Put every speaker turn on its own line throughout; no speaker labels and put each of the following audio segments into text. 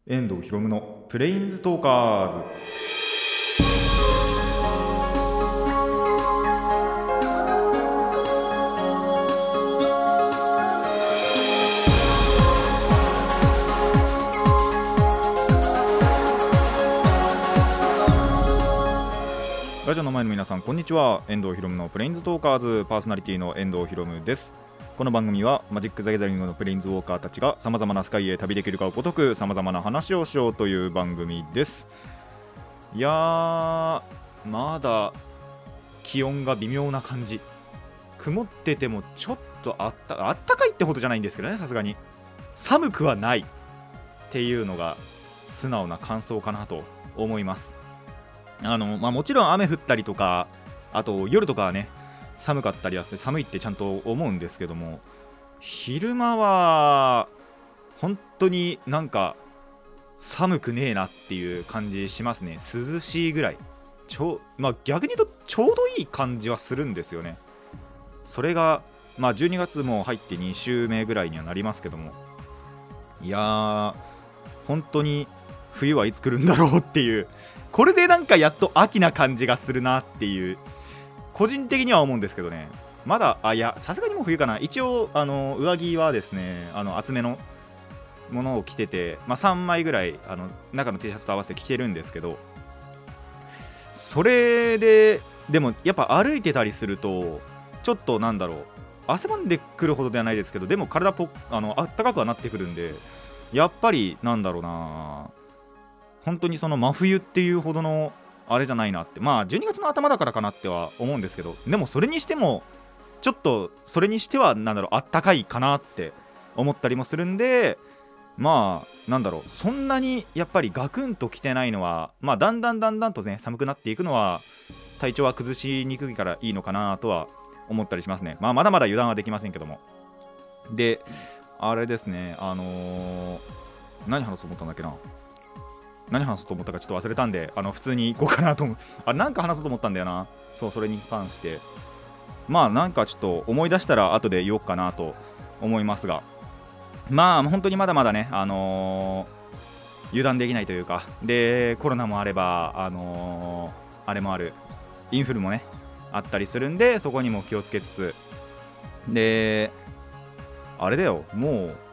遠藤ひろむのプレインズトーカーズ。ラジオの前の皆さんこんにちは。遠藤ひろむのプレインズトーカーズパーソナリティの遠藤ひろむです。この番組はマジック・ザ・ギャザリングのプレインズウォーカーたちがさまざまなスカイへ旅できるかをごとくさまざまな話をしようという番組です。いやー、まだ気温が微妙な感じ。曇っててもちょっとあったかいってほどじゃないんですけどね、さすがに寒くはないっていうのが素直な感想かなと思います。もちろん雨降ったりとか、あと夜とかはね寒かったりはして寒いってちゃんと思うんですけども、昼間は本当になんか寒くねえなっていう感じしますね。涼しいぐらい逆に言うとちょうどいい感じはするんですよね。それが12月も入って2週目ぐらいにはなりますけども、いやー本当に冬はいつ来るんだろうっていう、これでなんかやっと秋な感じがするなっていう個人的には思うんですけどね。まだいやさすがにもう冬かな。一応上着はですね厚めのものを着てて、3枚ぐらい中の T シャツと合わせて着てるんですけど、それででもやっぱ歩いてたりするとちょっと汗ばんでくるほどではないですけど、でも体あったかくはなってくるんで、やっぱり本当にその真冬っていうほどのあれじゃないなって、12月の頭だからかなっては思うんですけど、でもそれにしてもちょっとそれにしてはあったかいかなって思ったりもするんで、そんなにやっぱりガクンときてないのは、だんだんとね寒くなっていくのは体調は崩しにくいからいいのかなとは思ったりしますね。まだまだ油断はできませんけども。であれですね、何話そうと思ったんだっけな。何話そうと思ったかちょっと忘れたんで、普通に行こうかなと思う。なんか話そうと思ったんだよな。それに関してちょっと思い出したら後で言おうかなと思いますが、本当にまだまだね油断できないというか、でコロナもあればあれもある、インフルもねあったりするんで、そこにも気をつけつつ、であれだよ、もう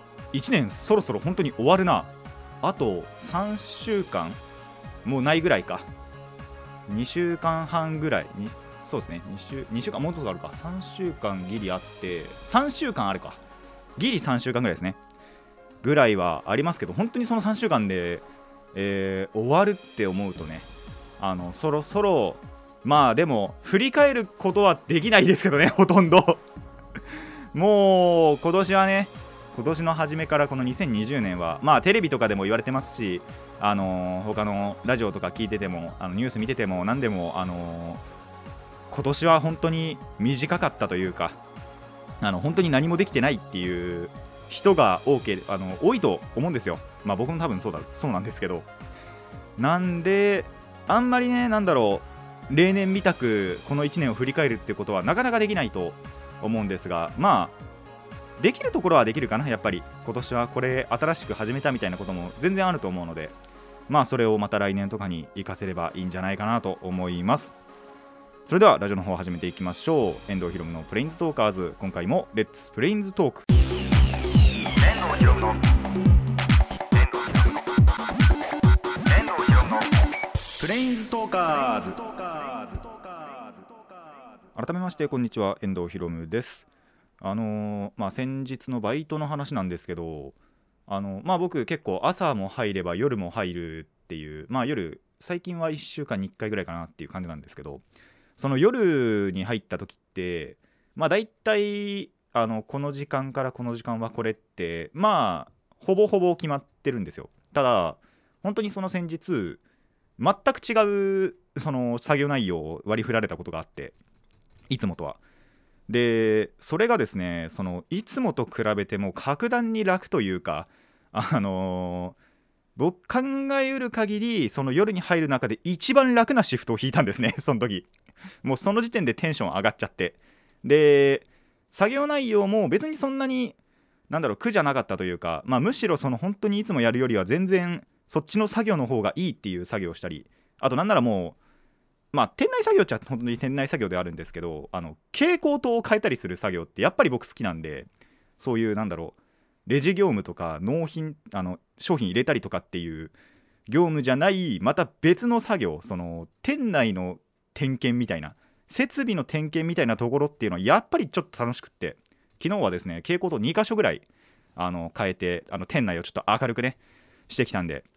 1年そろそろ本当に終わるな。あと3週間もうないぐらいか。2週間半ぐらいに、そうですね、2週間もうちょっとあるか。3週間ギリあって3週間あるか、ギリ3週間ぐらいですねぐらいはありますけど、本当にその3週間で、終わるって思うとね、そろそろでも振り返ることはできないですけどね、ほとんどもう今年の初めからこの2020年はテレビとかでも言われてますし、他のラジオとか聞いててもニュース見てても何でも、今年は本当に短かったというか、本当に何もできてないっていう人が多いと思うんですよ。僕も多分そうなんですけど、なんであんまりね例年みたくこの1年を振り返るってことはなかなかできないと思うんですが、できるところはできるかな。やっぱり今年はこれ新しく始めたみたいなことも全然あると思うので、それをまた来年とかに活かせればいいんじゃないかなと思います。それではラジオの方を始めていきましょう。遠藤ひろむのプレインズトーカーズ、今回もレッツプレインズトーク。遠藤ひろむのプレインズトーカーズ。改めましてこんにちは、遠藤ひろむです。先日のバイトの話なんですけど、僕結構朝も入れば夜も入るっていう、夜最近は1週間に1回ぐらいかなっていう感じなんですけど、その夜に入った時ってだいたいこの時間からこの時間はこれってほぼほぼ決まってるんですよ。ただ本当にその先日全く違うその作業内容を割り振られたことがあって、いつもとは。でそれがですね、いつもと比べても格段に楽というか、僕考えうる限りその夜に入る中で一番楽なシフトを引いたんですねその時。もうその時点でテンション上がっちゃって、で作業内容も別にそんなになんだろう、苦じゃなかったというか、まあ、むしろその本当にいつもやるよりは全然そっちの作業の方がいいっていう作業をしたり、あとなんならもう、まあ店内作業っちゃ本当に店内作業であるんですけど、蛍光灯を変えたりする作業ってやっぱり僕好きなんで、そういうなんだろう、レジ業務とか納品、商品入れたりとかっていう業務じゃないまた別の作業、その店内の点検みたいな、設備の点検みたいなところっていうのはやっぱりちょっと楽しくって、昨日はですね蛍光灯2箇所ぐらい変えて、店内をちょっと明るくねしてきたんで、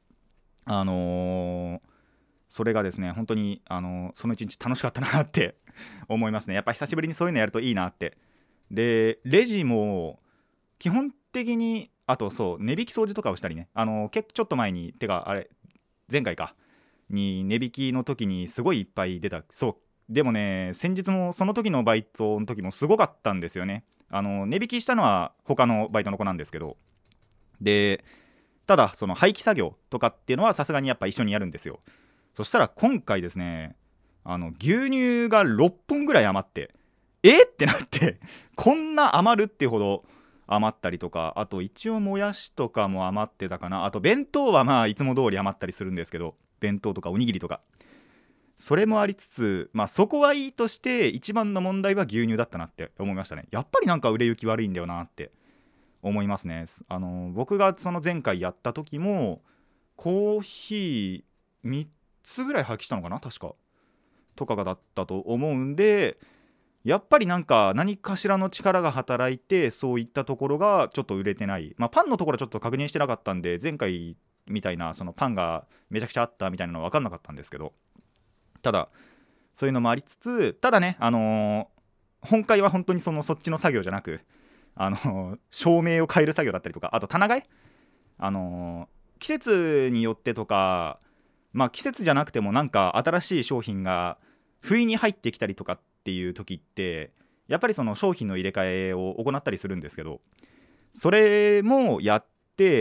それがですね本当にその一日楽しかったなって思いますね。やっぱ久しぶりにそういうのやるといいなって。でレジも基本的に、あとそう値引き掃除とかをしたりね、ちょっと前に、てかあれ前回かに値引きの時にすごいいっぱい出た。そうでもね、先日もその時のバイトの時もすごかったんですよね。値引きしたのは他のバイトの子なんですけど、でただその廃棄作業とかっていうのはさすがにやっぱ一緒にやるんですよ。そしたら今回ですね、牛乳が6本ぐらい余って、ってなってこんな余るっていうほど余ったりとか、あと一応もやしとかも余ってたかな。あと弁当はまあいつも通り余ったりするんですけど、弁当とかおにぎりとか、それもありつつ、まあそこはいいとして一番の問題は牛乳だったなって思いましたね。やっぱりなんか売れ行き悪いんだよなって思いますね。僕がその前回やった時もコーヒー3つぐらい廃棄したのかな確か、とかがだったと思うんで、やっぱりなんか何かしらの力が働いてそういったところがちょっと売れてない。まあパンのところちょっと確認してなかったんで、前回みたいなそのパンがめちゃくちゃあったみたいなのは分かんなかったんですけど、ただそういうのもありつつ、ただね本会は本当にそっちの作業じゃなく、照明を変える作業だったりとか、あと棚替え、季節によってとか、まあ季節じゃなくてもなんか新しい商品が不意に入ってきたりとかっていう時って、やっぱりその商品の入れ替えを行ったりするんですけど、それもやって、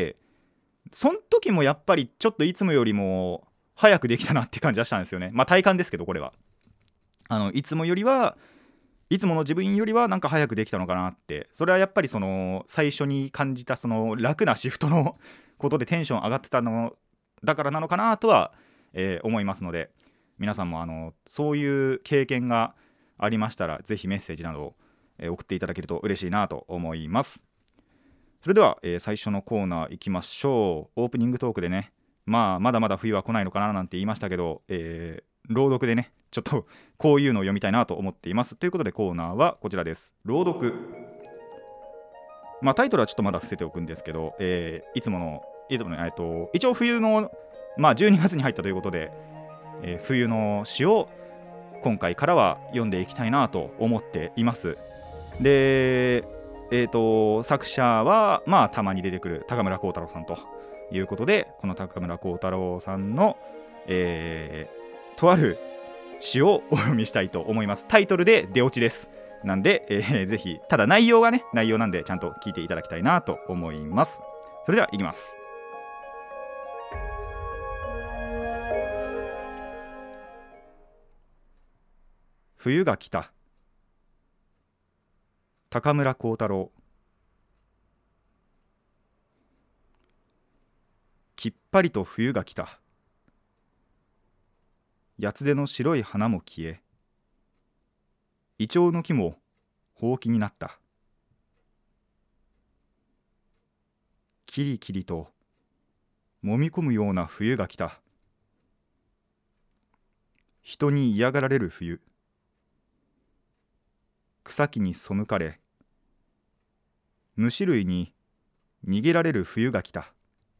その時もやっぱりちょっといつもよりも早くできたなって感じはしたんですよね。まあ体感ですけど、これはいつもよりはいつもの自分よりはなんか早くできたのかなって。それはやっぱりその最初に感じたその楽なシフトのことでテンション上がってたのだからなのかなとは、思いますので、皆さんもそういう経験がありましたらぜひメッセージなどを、送っていただけると嬉しいなと思います。それでは、最初のコーナーいきましょう。オープニングトークでね、まだまだ冬は来ないのかななんて言いましたけど、朗読でねちょっとこういうのを読みたいなと思っています。ということでコーナーはこちらです。朗読。タイトルはちょっとまだ伏せておくんですけど、いつもの一応冬の、12月に入ったということで、冬の詩を今回からは読んでいきたいなと思っています。で、作者はたまに出てくる高村光太郎さんということで、この高村光太郎さんの、とある詩をお読みしたいと思います。タイトルで出落ちですなんで、ぜひ、ただ内容なんでちゃんと聞いていただきたいなと思います。それではいきます。冬が来た。高村光太郎。きっぱりと冬が来た。八つ手の白い花も消え、イチョウの木もほうきになった。キリキリと揉み込むような冬が来た。人に嫌がられる冬。草木に背かれ、虫類に逃げられる冬が来た。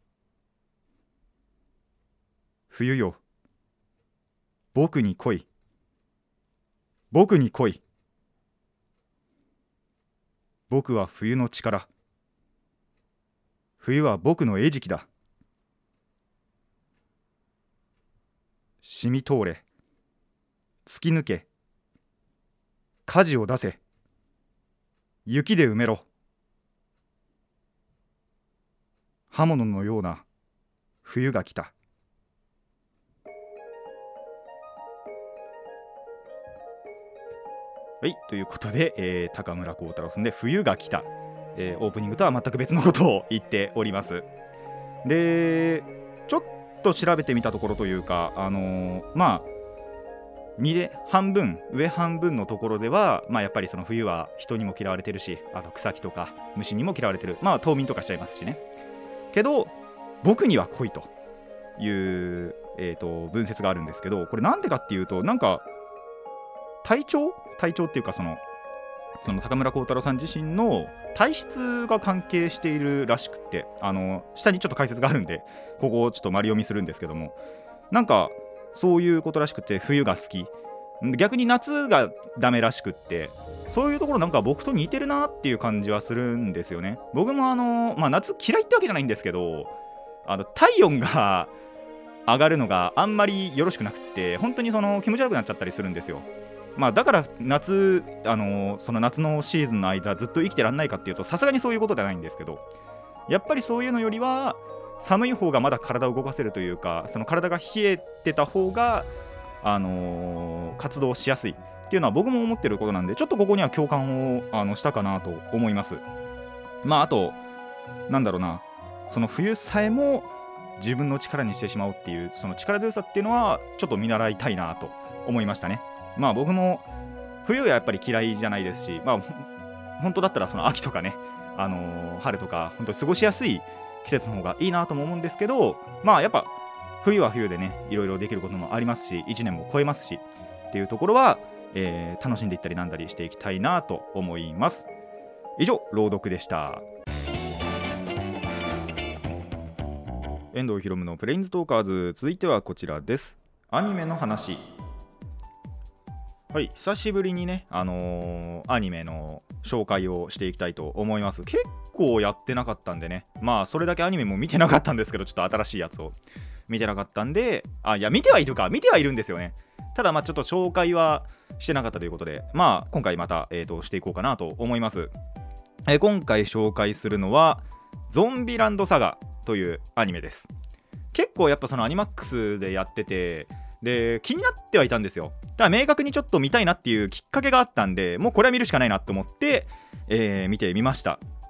冬よ、僕に来い。僕に来い。僕は冬の力。冬は僕の餌食だ。染み通れ。突き抜け。火事を出せ。雪で埋めろ。刃物のような冬が来た。はい、ということで、高村光太郎さんで冬が来た、 オープニングとは全く別のことを言っております。でちょっと調べてみたところというか、まあ半分上半分のところでは、やっぱりその冬は人にも嫌われてるし、あと草木とか虫にも嫌われてる、冬眠とかしちゃいますしね。けど僕には恋という、文節があるんですけど、これなんでかっていうと、なんか体調っていうか、その高村光太郎さん自身の体質が関係しているらしくって、下にちょっと解説があるんでここをちょっと丸読みするんですけども、なんかそういうことらしくて、冬が好き、逆に夏がダメらしくって、そういうところなんか僕と似てるなっていう感じはするんですよね。僕も夏嫌いってわけじゃないんですけど、体温が上がるのがあんまりよろしくなくって、本当にその気持ち悪くなっちゃったりするんですよ。だから夏、その夏のシーズンの間ずっと生きてらんないかっていうと、さすがにそういうことではないんですけど、やっぱりそういうのよりは寒い方がまだ体を動かせるというか、その体が冷えてた方が、活動しやすいっていうのは僕も思ってることなんで、ちょっとここには共感をしたかなと思います。あとなんだろうな、その冬さえも自分の力にしてしまうっていう、その力強さっていうのはちょっと見習いたいなと思いましたね。僕も冬はやっぱり嫌いじゃないですし、本当だったらその秋とかね、春とか本当に過ごしやすい季節の方がいいなとも思うんですけど、やっぱ冬は冬でね、いろいろできることもありますし、1年も超えますしっていうところは、楽しんでいったりなんだりしていきたいなと思います。以上、朗読でした。遠藤ひろむのプレインズトーカーズ、続いてはこちらです。アニメの話。はい、久しぶりにね、アニメの紹介をしていきたいと思います。結構やってなかったんでね、それだけアニメも見てなかったんですけど、ちょっと新しいやつを見てなかったんで、いや見てはいるんですよね。ただちょっと紹介はしてなかったということで、今回また、していこうかなと思います。今回紹介するのはゾンビランドサガというアニメです。結構やっぱそのアニマックスでやってて、で気になってはいたんですよ。ただ明確にちょっと見たいなっていうきっかけがあったんで、もうこれは見るしかないなと思って、見てみました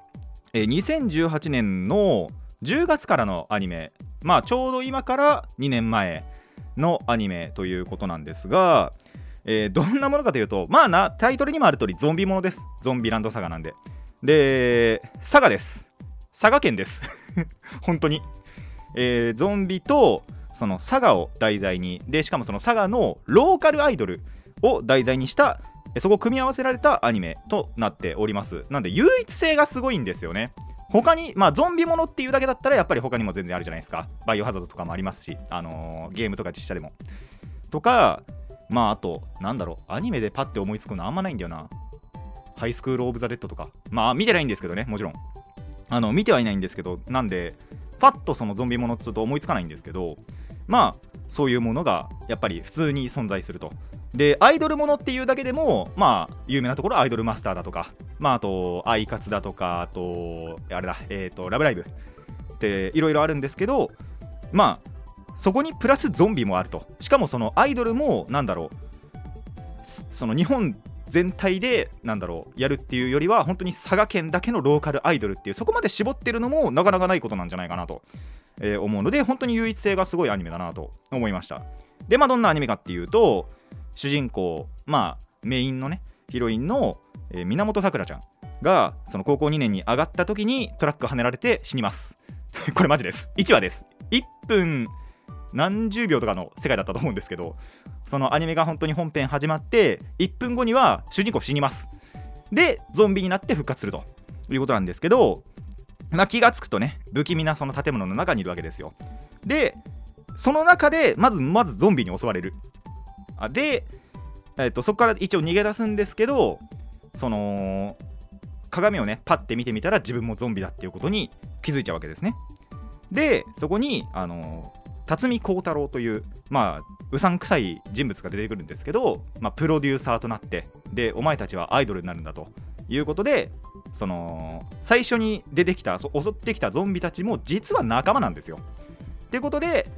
。2018年の10月からのアニメ、ちょうど今から2年前のアニメということなんですが、どんなものかというと、タイトルにもある通りゾンビものです。ゾンビランドサガなんで。で佐賀です。佐賀県です本当に、ゾンビとその佐賀を題材に、でしかもその佐賀のローカルアイドルを題材にした、そこを組み合わせられたアニメとなっております。なんで唯一性がすごいんですよね。他にゾンビものっていうだけだったらやっぱり他にも全然あるじゃないですか。バイオハザードとかもありますし、ゲームとか実写でもとか、あとなんだろう、アニメでパッて思いつくのあんまないんだよな。ハイスクールオブザデッドとか、見てないんですけどね、もちろん見てはいないんですけど、なんでパッとそのゾンビものちょっと思いつかないんですけど、そういうものがやっぱり普通に存在すると。でアイドルものっていうだけでも有名なところはアイドルマスターだとか、あとアイカツだとか、あとあれだ、ラブライブっていろいろあるんですけど、そこにプラスゾンビもあると。しかもそのアイドルもその日本全体でやるっていうよりは、本当に佐賀県だけのローカルアイドルっていう、そこまで絞ってるのもなかなかないことなんじゃないかなと、思うので、本当に唯一性がすごいアニメだなと思いました。でどんなアニメかっていうと、主人公メインのねヒロインの、源さくらちゃんがその高校2年に上がった時にトラック跳ねられて死にますこれマジです。1話です。1分何十秒とかの世界だったと思うんですけど、そのアニメが本当に本編始まって1分後には主人公死にます。でゾンビになって復活するということなんですけど、気がつくとね、不気味なその建物の中にいるわけですよ。でその中でまずゾンビに襲われる。で、そこから一応逃げ出すんですけど、その鏡をねパッて見てみたら自分もゾンビだっていうことに気づいちゃうわけですね。でそこに辰巳孝太郎といううさんくさい人物が出てくるんですけど、プロデューサーとなって、でお前たちはアイドルになるんだということで、その最初に出てきた襲ってきたゾンビたちも実は仲間なんですよ。っていうことで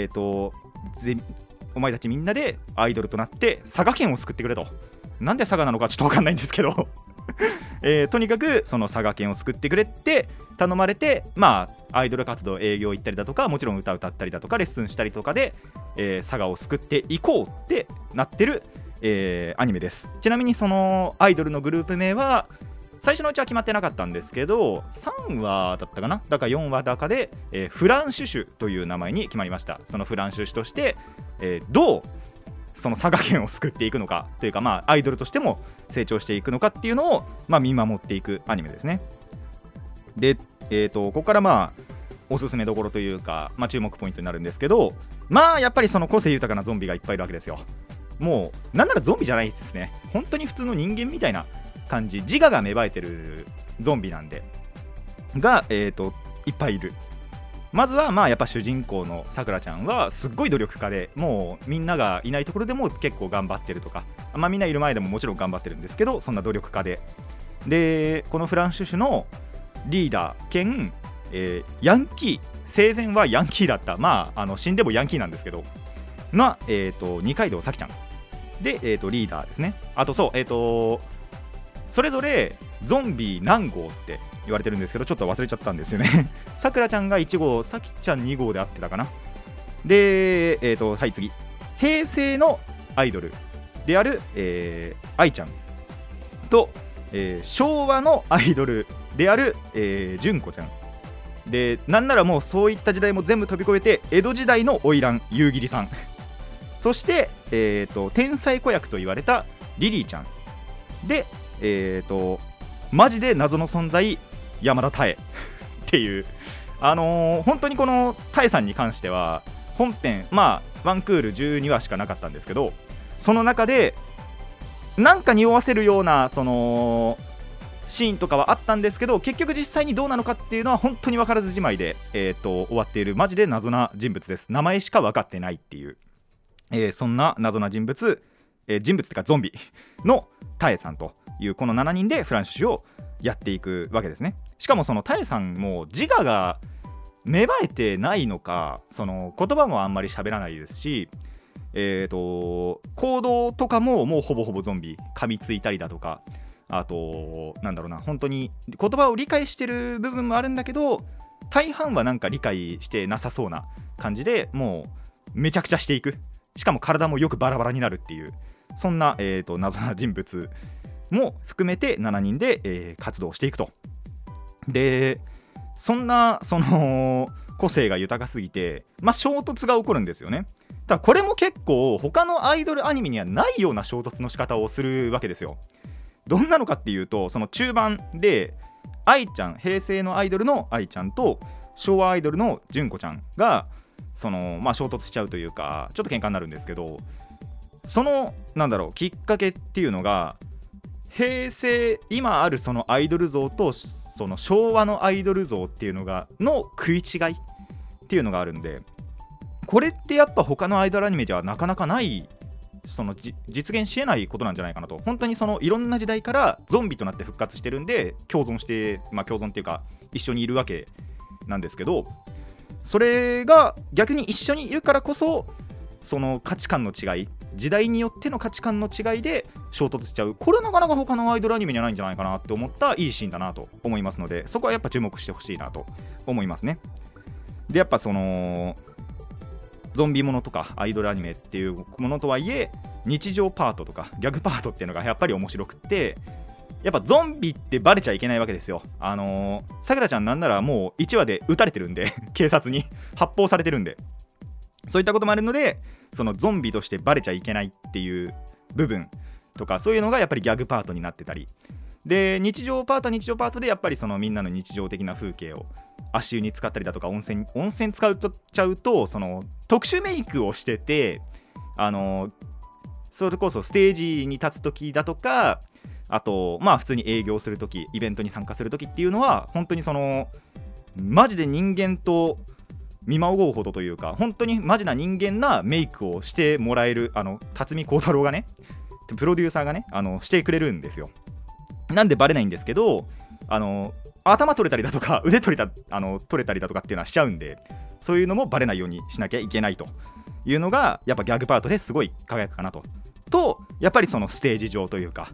お前たちみんなでアイドルとなって佐賀県を救ってくれと。なんで佐賀なのかちょっと分かんないんですけどとにかくその佐賀県を救ってくれって頼まれて、まあアイドル活動営業行ったりだとか、もちろん歌ったりだとかレッスンしたりとかで、佐賀を救っていこうってなってる、アニメです。ちなみにそのアイドルのグループ名は最初のうちは決まってなかったんですけど、3話だったかな、だから4話だかで、フランシュシュという名前に決まりました。そのフランシュシュとして、どうその佐賀県を救っていくのかというか、まあアイドルとしても成長していくのかっていうのを、まあ、見守っていくアニメですね。で、ここからまあおすすめどころというか、まあ、注目ポイントになるんですけど、まあやっぱりその個性豊かなゾンビがいっぱいいるわけですよ。もうなんならゾンビじゃないですね、本当に普通の人間みたいな感じ、自我が芽生えてるゾンビなんでが、いっぱいいる。まずはまあやっぱ主人公のさくらちゃんはすっごい努力家で、もうみんながいないところでも結構頑張ってるとか、まあみんないる前でももちろん頑張ってるんですけど、そんな努力家で、このフランシュシュのリーダー兼、ヤンキー、生前はヤンキーだった、まあ死んでもヤンキーなんですけどが、二階堂咲ちゃんで、リーダーですね。あとそうそれぞれゾンビ何号って言われてるんですけど、ちょっと忘れちゃったんですよね。さくらちゃんが1号、さきちゃん2号で合ってたかな。で、はい次、平成のアイドルである、愛ちゃんと、昭和のアイドルである、純子ちゃんで、なんならもうそういった時代も全部飛び越えて江戸時代の花魁夕霧さんそして、天才子役と言われたリリーちゃんで、マジで謎の存在山田太江っていう、本当にこの太江さんに関しては本編まあワンクール12話しかなかったんですけど、その中でなんか匂わせるようなそのシーンとかはあったんですけど、結局実際にどうなのかっていうのは本当に分からずじまいで、終わっているマジで謎な人物です。名前しか分かってないっていう、そんな謎な人物、人物っていうかゾンビのタエさんというこの7人でフランシュシュをやっていくわけですね。しかもそのタエさんも自我が芽生えてないのか、その言葉もあんまり喋らないですし、行動とかももうほぼほぼゾンビ、噛みついたりだとか、あとなんだろうな、本当に言葉を理解してる部分もあるんだけど、大半はなんか理解してなさそうな感じで、もうめちゃくちゃしていく、しかも体もよくバラバラになるっていう、そんな、謎な人物も含めて7人で、活動していくと。でそんなその個性が豊かすぎて、まあ、衝突が起こるんですよね。ただこれも結構他のアイドルアニメにはないような衝突の仕方をするわけですよ。どんなのかっていうと、その中盤で愛ちゃん、平成のアイドルの愛ちゃんと昭和アイドルの純子ちゃんがその、まあ、衝突しちゃうというか、ちょっと喧嘩になるんですけど、そのなんだろうきっかけっていうのが、平成今あるそのアイドル像とその昭和のアイドル像っていうのがの食い違いっていうのがあるんで、これってやっぱ他のアイドルアニメではなかなかないその実現しえないことなんじゃないかなと。本当にそのいろんな時代からゾンビとなって復活してるんで、共存して、まあ共存っていうか一緒にいるわけなんですけど、それが逆に一緒にいるからこそ、その価値観の違い、時代によっての価値観の違いで衝突しちゃう、これはなかなか他のアイドルアニメにはないんじゃないかなって思ったいいシーンだなと思いますので、そこはやっぱ注目してほしいなと思いますね。でやっぱそのゾンビものとかアイドルアニメっていうものとはいえ、日常パートとかギャグパートっていうのがやっぱり面白くって、やっぱゾンビってバレちゃいけないわけですよ。さくらちゃんなんならもう1話で撃たれてるんで警察に発砲されてるんで、そういったこともあるので、そのゾンビとしてバレちゃいけないっていう部分とか、そういうのがやっぱりギャグパートになってたりで、日常パートでやっぱりそのみんなの日常的な風景を足湯に使ったりだとか、温泉使っちゃうと、その特殊メイクをしてて、それこそステージに立つ時だとか、あとまあ普通に営業する時、イベントに参加する時っていうのは、本当にそのマジで人間と見まごうほどというか、本当にマジな人間なメイクをしてもらえる、辰巳孝太郎がね、プロデューサーがね、してくれるんですよ。なんでバレないんですけど、頭取れたりだとか腕取れたりだとかっていうのはしちゃうんで、そういうのもバレないようにしなきゃいけないというのがやっぱギャグパートですごい輝くかなと。やっぱりそのステージ上というか、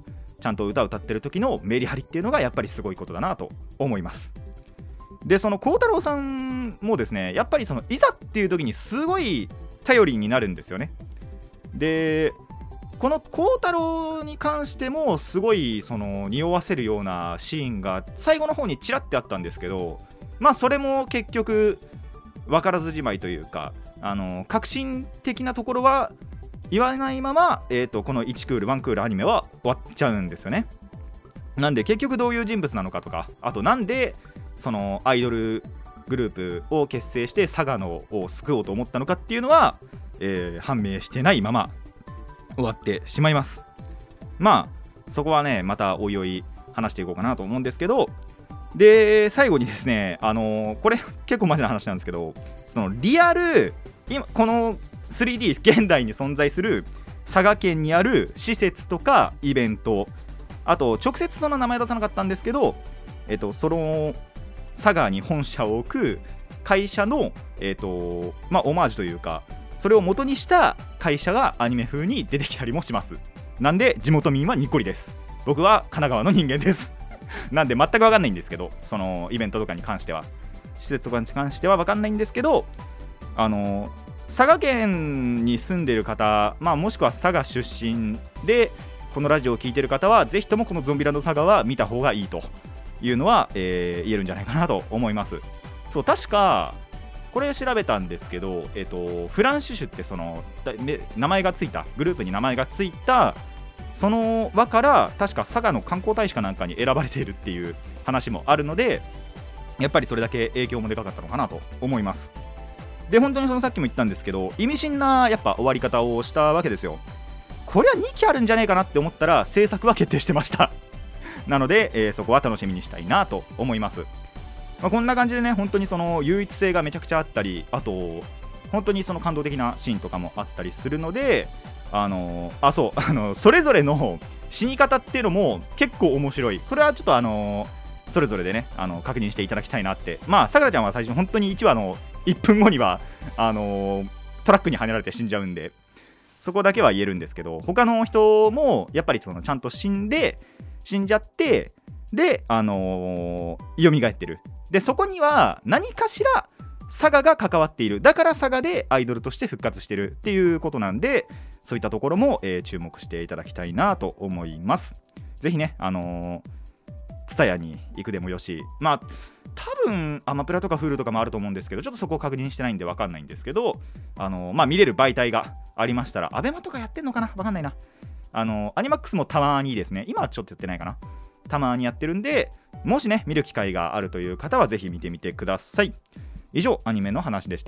ちゃんと歌を歌ってる時のメリハリっていうのがやっぱりすごいことだなと思います。でその孝太郎さんもですね、やっぱりそのいざっていう時にすごい頼りになるんですよね。でこの孝太郎に関してもすごいその匂わせるようなシーンが最後の方にちらってあったんですけど、まあそれも結局分からずじまいというか、革新的なところは言わないまま、この1クール1クールアニメは終わっちゃうんですよね。なんで結局どういう人物なのかとか、あとなんでそのアイドルグループを結成して佐賀のを救おうと思ったのかっていうのは、判明してないまま終わってしまいます。まあそこはねまたおいおい話していこうかなと思うんですけど、で最後にですね、これ結構マジな話なんですけど、そのリアル今この 3D 現代に存在する佐賀県にある施設とかイベント、あと直接その名前出さなかったんですけど、その佐賀に本社を置く会社の、オマージュというかそれを元にした会社がアニメ風に出てきたりもします。なんで地元民はにっこりです。僕は神奈川の人間ですなんで全く分かんないんですけど、そのイベントとかに関しては施設とかに関しては分かんないんですけど、佐賀県に住んでいる方、もしくは佐賀出身でこのラジオを聞いている方はぜひともこのゾンビランド佐賀は見た方がいいというのは、言えるんじゃないかなと思います。そう確かこれ調べたんですけど、フランシュシュってその名前がついたグループに名前がついたその輪から確か佐賀の観光大使かなんかに選ばれているっていう話もあるので、やっぱりそれだけ影響もでかかったのかなと思います。で本当にそのさっきも言ったんですけど、意味深なやっぱ終わり方をしたわけですよ。これは2期あるんじゃないかなって思ったら制作は決定してましたなので、そこは楽しみにしたいなと思います。こんな感じでね、本当にその唯一性がめちゃくちゃあったり、あと本当にその感動的なシーンとかもあったりするので、それぞれの死に方っていうのも結構面白い。これはちょっとそれぞれでね確認していただきたいなって。さくらちゃんは最初本当に1話の1分後にはトラックにはねられて死んじゃうんで、そこだけは言えるんですけど、他の人もやっぱりそのちゃんと死んじゃってで蘇ってる。でそこには何かしら佐賀が関わっている。だから佐賀でアイドルとして復活してるっていうことなんで、そういったところも、注目していただきたいなと思います。ぜひねTSUTAYAに行くでもよし、多分アマプラとかHuluとかもあると思うんですけど、ちょっとそこを確認してないんで分かんないんですけど、見れる媒体がありましたら、アベマとかやってんのかな、分かんないな。アニマックスもたまにですね、今はちょっとやってないかな、たまにやってるんで、もしね見る機会があるという方はぜひ見てみてください。以上アニメの話でした。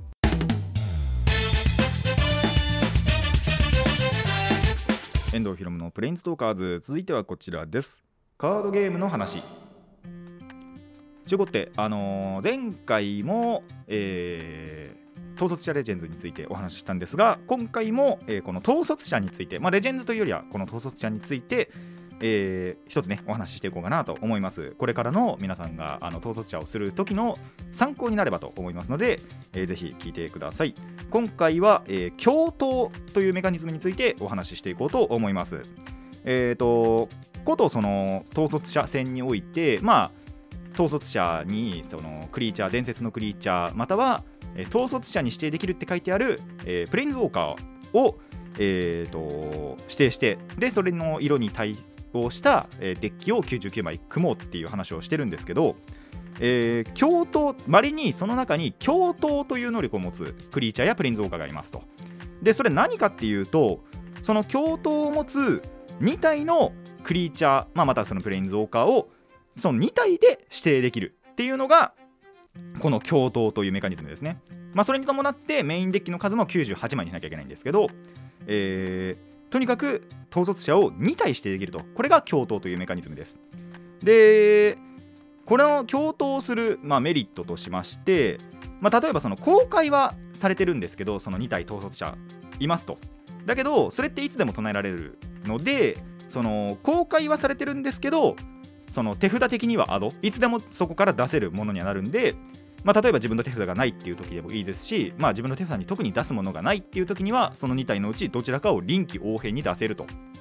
遠藤ひろむのプレインストーカーズ、続いてはこちらです。カードゲームの話。ということで、前回も、統率者レジェンズについてお話ししたんですが、今回も、この統率者について、レジェンズというよりはこの統率者について、一つねお話ししていこうかなと思います。これからの皆さんが統率者をする時の参考になればと思いますので、ぜひ聞いてください。今回は、共闘というメカニズムについてお話ししていこうと思います。ことその統率者戦において、統率者にそのクリーチャー、伝説のクリーチャーまたは統率者に指定できるって書いてある、プレインズウォーカーを、指定して、でそれの色に対応した、デッキを99枚組もうっていう話をしてるんですけど、共闘、稀にその中に共闘という能力を持つクリーチャーやプレインズウォーカーがいますと。でそれ何かっていうと、その共闘を持つ2体のクリーチャー、またそのプレインズウォーカーをその2体で指定できるっていうのがこの共闘というメカニズムですね。それに伴ってメインデッキの数も98枚にしなきゃいけないんですけど、とにかく統率者を2体指定できると。これが共闘というメカニズムです。でこれを共闘する、メリットとしまして、例えばその公開はされてるんですけど、その2体統率者いますと。だけどそれっていつでも唱えられるので、その公開はされてるんですけど、その手札的にはアド、いつでもそこから出せるものにはなるんで、例えば自分の手札がないっていう時でもいいですし、自分の手札に特に出すものがないっていう時には、その2体のうちどちらかを臨機応変に出せると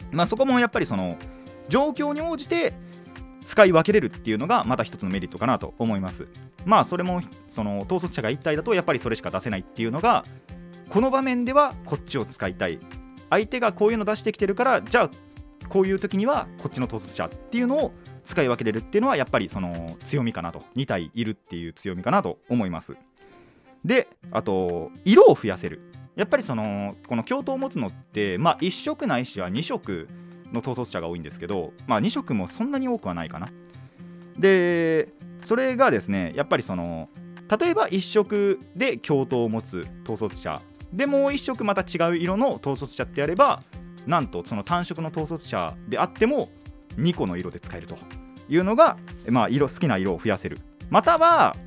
そこもやっぱりその状況に応じて使い分けれるっていうのがまた一つのメリットかなと思います。それもその統率者が1体だとやっぱりそれしか出せないっていうのが、この場面ではこっちを使いたい、相手がこういうの出してきてるから、じゃあこういう時にはこっちの統率者っていうのを使い分けれるっていうのはやっぱりその強みかなと、2体いるっていう強みかなと思います。で、あと色を増やせる。やっぱりこの共闘を持つのって1色ないしは2色の統率者が多いんですけど、2色もそんなに多くはないかな。でそれがですね、やっぱり例えば1色で共闘を持つ統率者で、もう1色また違う色の統率者ってやれば、なんとその単色の統率者であっても2個の色で使えるというのが、好きな色を増やせる。または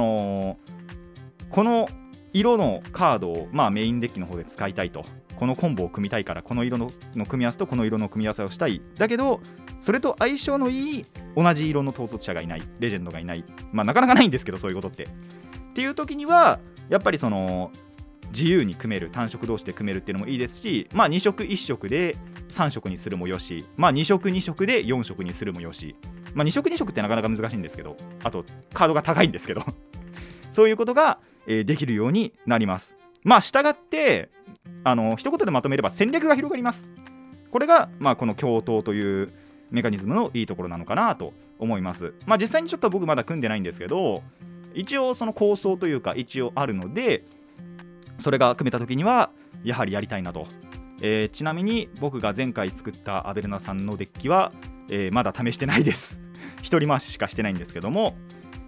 この色のカードをメインデッキの方で使いたいと、このコンボを組みたいからこの色の組み合わせとこの色の組み合わせをしたい、だけどそれと相性のいい同じ色の統率者がいない、レジェンドがいない、なかなかないんですけど、そういうことっていう時にはやっぱり自由に組める、単色同士で組めるっていうのもいいですし、2色1色で3色にするもよし、2色2色で4色にするもよし、2色2色ってなかなか難しいんですけど、あとカードが高いんですけどそういうことができるようになります。したがって一言でまとめれば戦略が広がります。これがこの共闘というメカニズムのいいところなのかなと思います。実際にちょっと僕まだ組んでないんですけど、一応その構想というか一応あるので、それが組めた時にはやはりやりたいなと。ちなみに僕が前回作ったアベルナさんのデッキは、まだ試してないです一人回ししかしてないんですけども、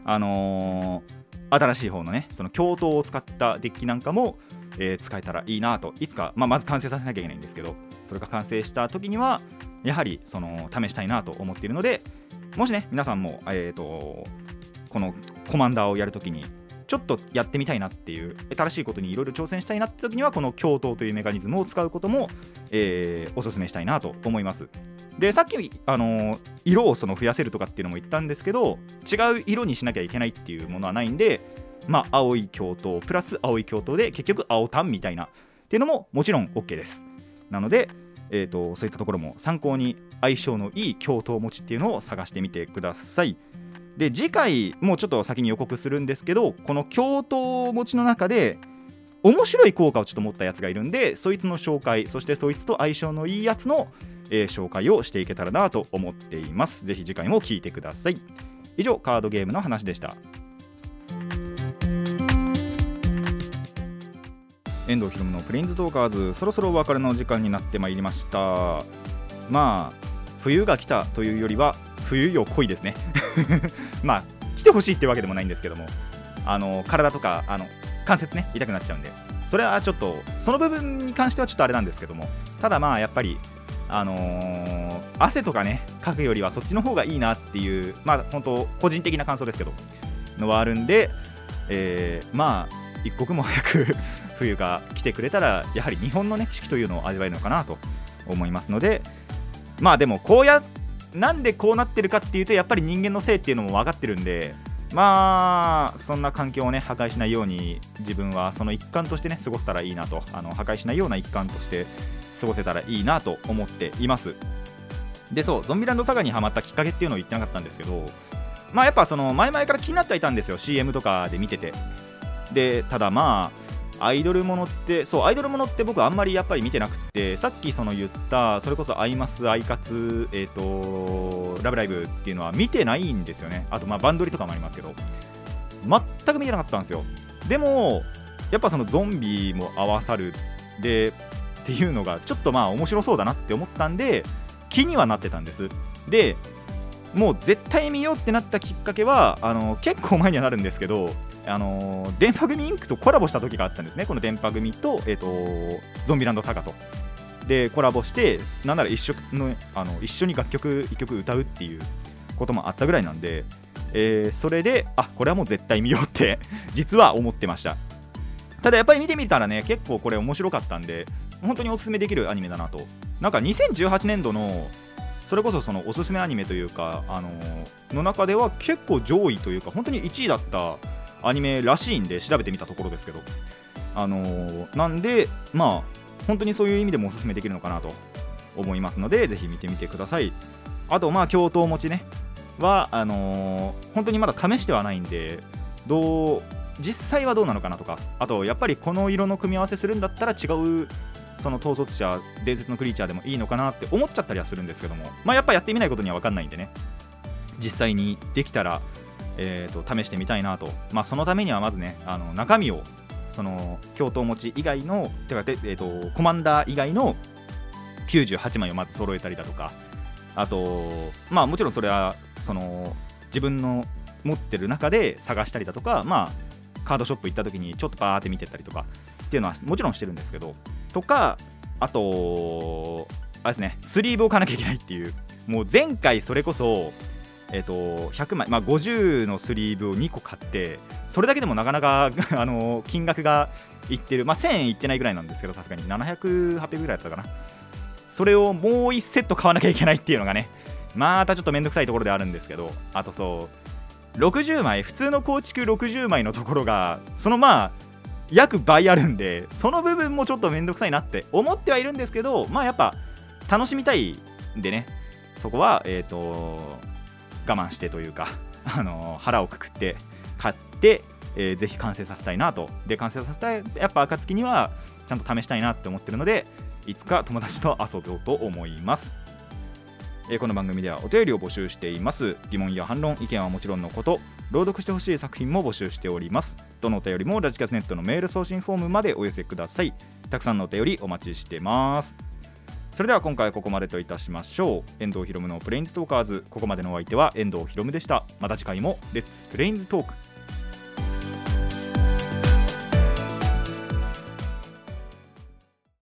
新しい方のね、その共闘を使ったデッキなんかも、使えたらいいなと、いつか、まず完成させなきゃいけないんですけど、それが完成した時にはやはり試したいなと思っているので、もしね皆さんも、このコマンダーをやるときにちょっとやってみたいなっていう、新しいことにいろいろ挑戦したいなって時には、この共闘というメカニズムを使うことも、お勧めしたいなと思います。で、さっき色を増やせるとかっていうのも言ったんですけど、違う色にしなきゃいけないっていうものはないんで、青い共闘プラス青い共闘で結局青タンみたいなっていうのももちろん OK です。なので、そういったところも参考に相性のいい共闘持ちっていうのを探してみてください。で、次回もうちょっと先に予告するんですけど、この共闘持ちの中で面白い効果をちょっと持ったやつがいるんで、そいつの紹介、そしてそいつと相性のいいやつの、紹介をしていけたらなと思っています。ぜひ次回も聞いてください。以上、カードゲームの話でした。遠藤ひろむのプレインズトーカーズ、そろそろお別れの時間になってまいりました。冬が来たというよりは冬よ来いですね来てほしいってわけでもないんですけども、体とか関節ね痛くなっちゃうんで、それはちょっとその部分に関してはちょっとあれなんですけども、ただやっぱり汗とかねかくよりはそっちの方がいいなっていう、本当個人的な感想ですけどのはあるんで、一刻も早く冬が来てくれたら、やはり日本のね四季というのを味わえるのかなと思いますので、でもなんでこうなってるかっていうと、やっぱり人間のせいっていうのも分かってるんで、そんな環境をね破壊しないように、自分はその一環としてね過ごせたらいいなと、破壊しないような一環として過ごせたらいいなと思っています。で、そう、ゾンビランドサガにハマったきっかけっていうのを言ってなかったんですけど、やっぱ前々から気になってはいたんですよ、 CM とかで見てて。で、ただアイドルものって僕あんまりやっぱり見てなくって、さっき言ったそれこそアイマス、アイカツ、ラブライブっていうのは見てないんですよね。あとバンドリとかもありますけど、全く見てなかったんですよ。でもやっぱゾンビも合わさるでっていうのがちょっと面白そうだなって思ったんで気にはなってたんです。で、もう絶対見ようってなったきっかけは結構前にはなるんですけど、電波組インクとコラボした時があったんですね。この電波組と、ゾンビランドサガとでコラボして、なんなら一緒に楽曲1曲歌うっていうこともあったぐらいなんで、それでこれはもう絶対見ようって実は思ってました。ただやっぱり見てみたらね、結構これ面白かったんで、本当におすすめできるアニメだなと。なんか2018年度のそれこそおすすめアニメというか、の中では結構上位というか、本当に1位だったアニメらしいんで、調べてみたところですけど、なんで本当にそういう意味でもおすすめできるのかなと思いますので、ぜひ見てみてください。あと京都持ちねは本当にまだ試してはないんで、実際はどうなのかなとか、あとやっぱりこの色の組み合わせするんだったら違うその統率者伝説のクリーチャーでもいいのかなって思っちゃったりはするんですけども、やっぱやってみないことには分かんないんでね、実際にできたら、試してみたいなと。そのためにはまずね中身をその京都持ち以外のコマンダー以外の98枚をまず揃えたりだとか、あともちろんそれはその自分の持ってる中で探したりだとか、カードショップ行った時にちょっとバーって見てったりとかっていうのはもちろんしてるんですけど、とかあとあれですね、スリーブを買わなきゃいけないっていう、もう前回それこそ100枚、50のスリーブを2個買って、それだけでもなかなか金額がいってる、1000円いってないぐらいなんですけど、さすがに700、800ぐらいだったかな。それをもう1セット買わなきゃいけないっていうのがね、またちょっとめんどくさいところであるんですけど、あと60枚、普通の構築60枚のところがその約倍あるんで、その部分もちょっとめんどくさいなって思ってはいるんですけど、やっぱ楽しみたいんでね、そこは我慢してというか腹をくくって買って、ぜひ完成させたいなと。で完成させたいやっぱ暁にはちゃんと試したいなって思ってるので、いつか友達と遊ぼうと思います。この番組ではお便りを募集しています。疑問や反論、意見はもちろんのこと、朗読してほしい作品も募集しております。どのお便りもラジキャスネットのメール送信フォームまでお寄せください。たくさんのお便りお待ちしてます。それでは今回はここまでといたしましょう。遠藤ひろむのプレインズトーカーズ、ここまでのお相手は遠藤ひろむでした。また次回もレッツプレインズトーク。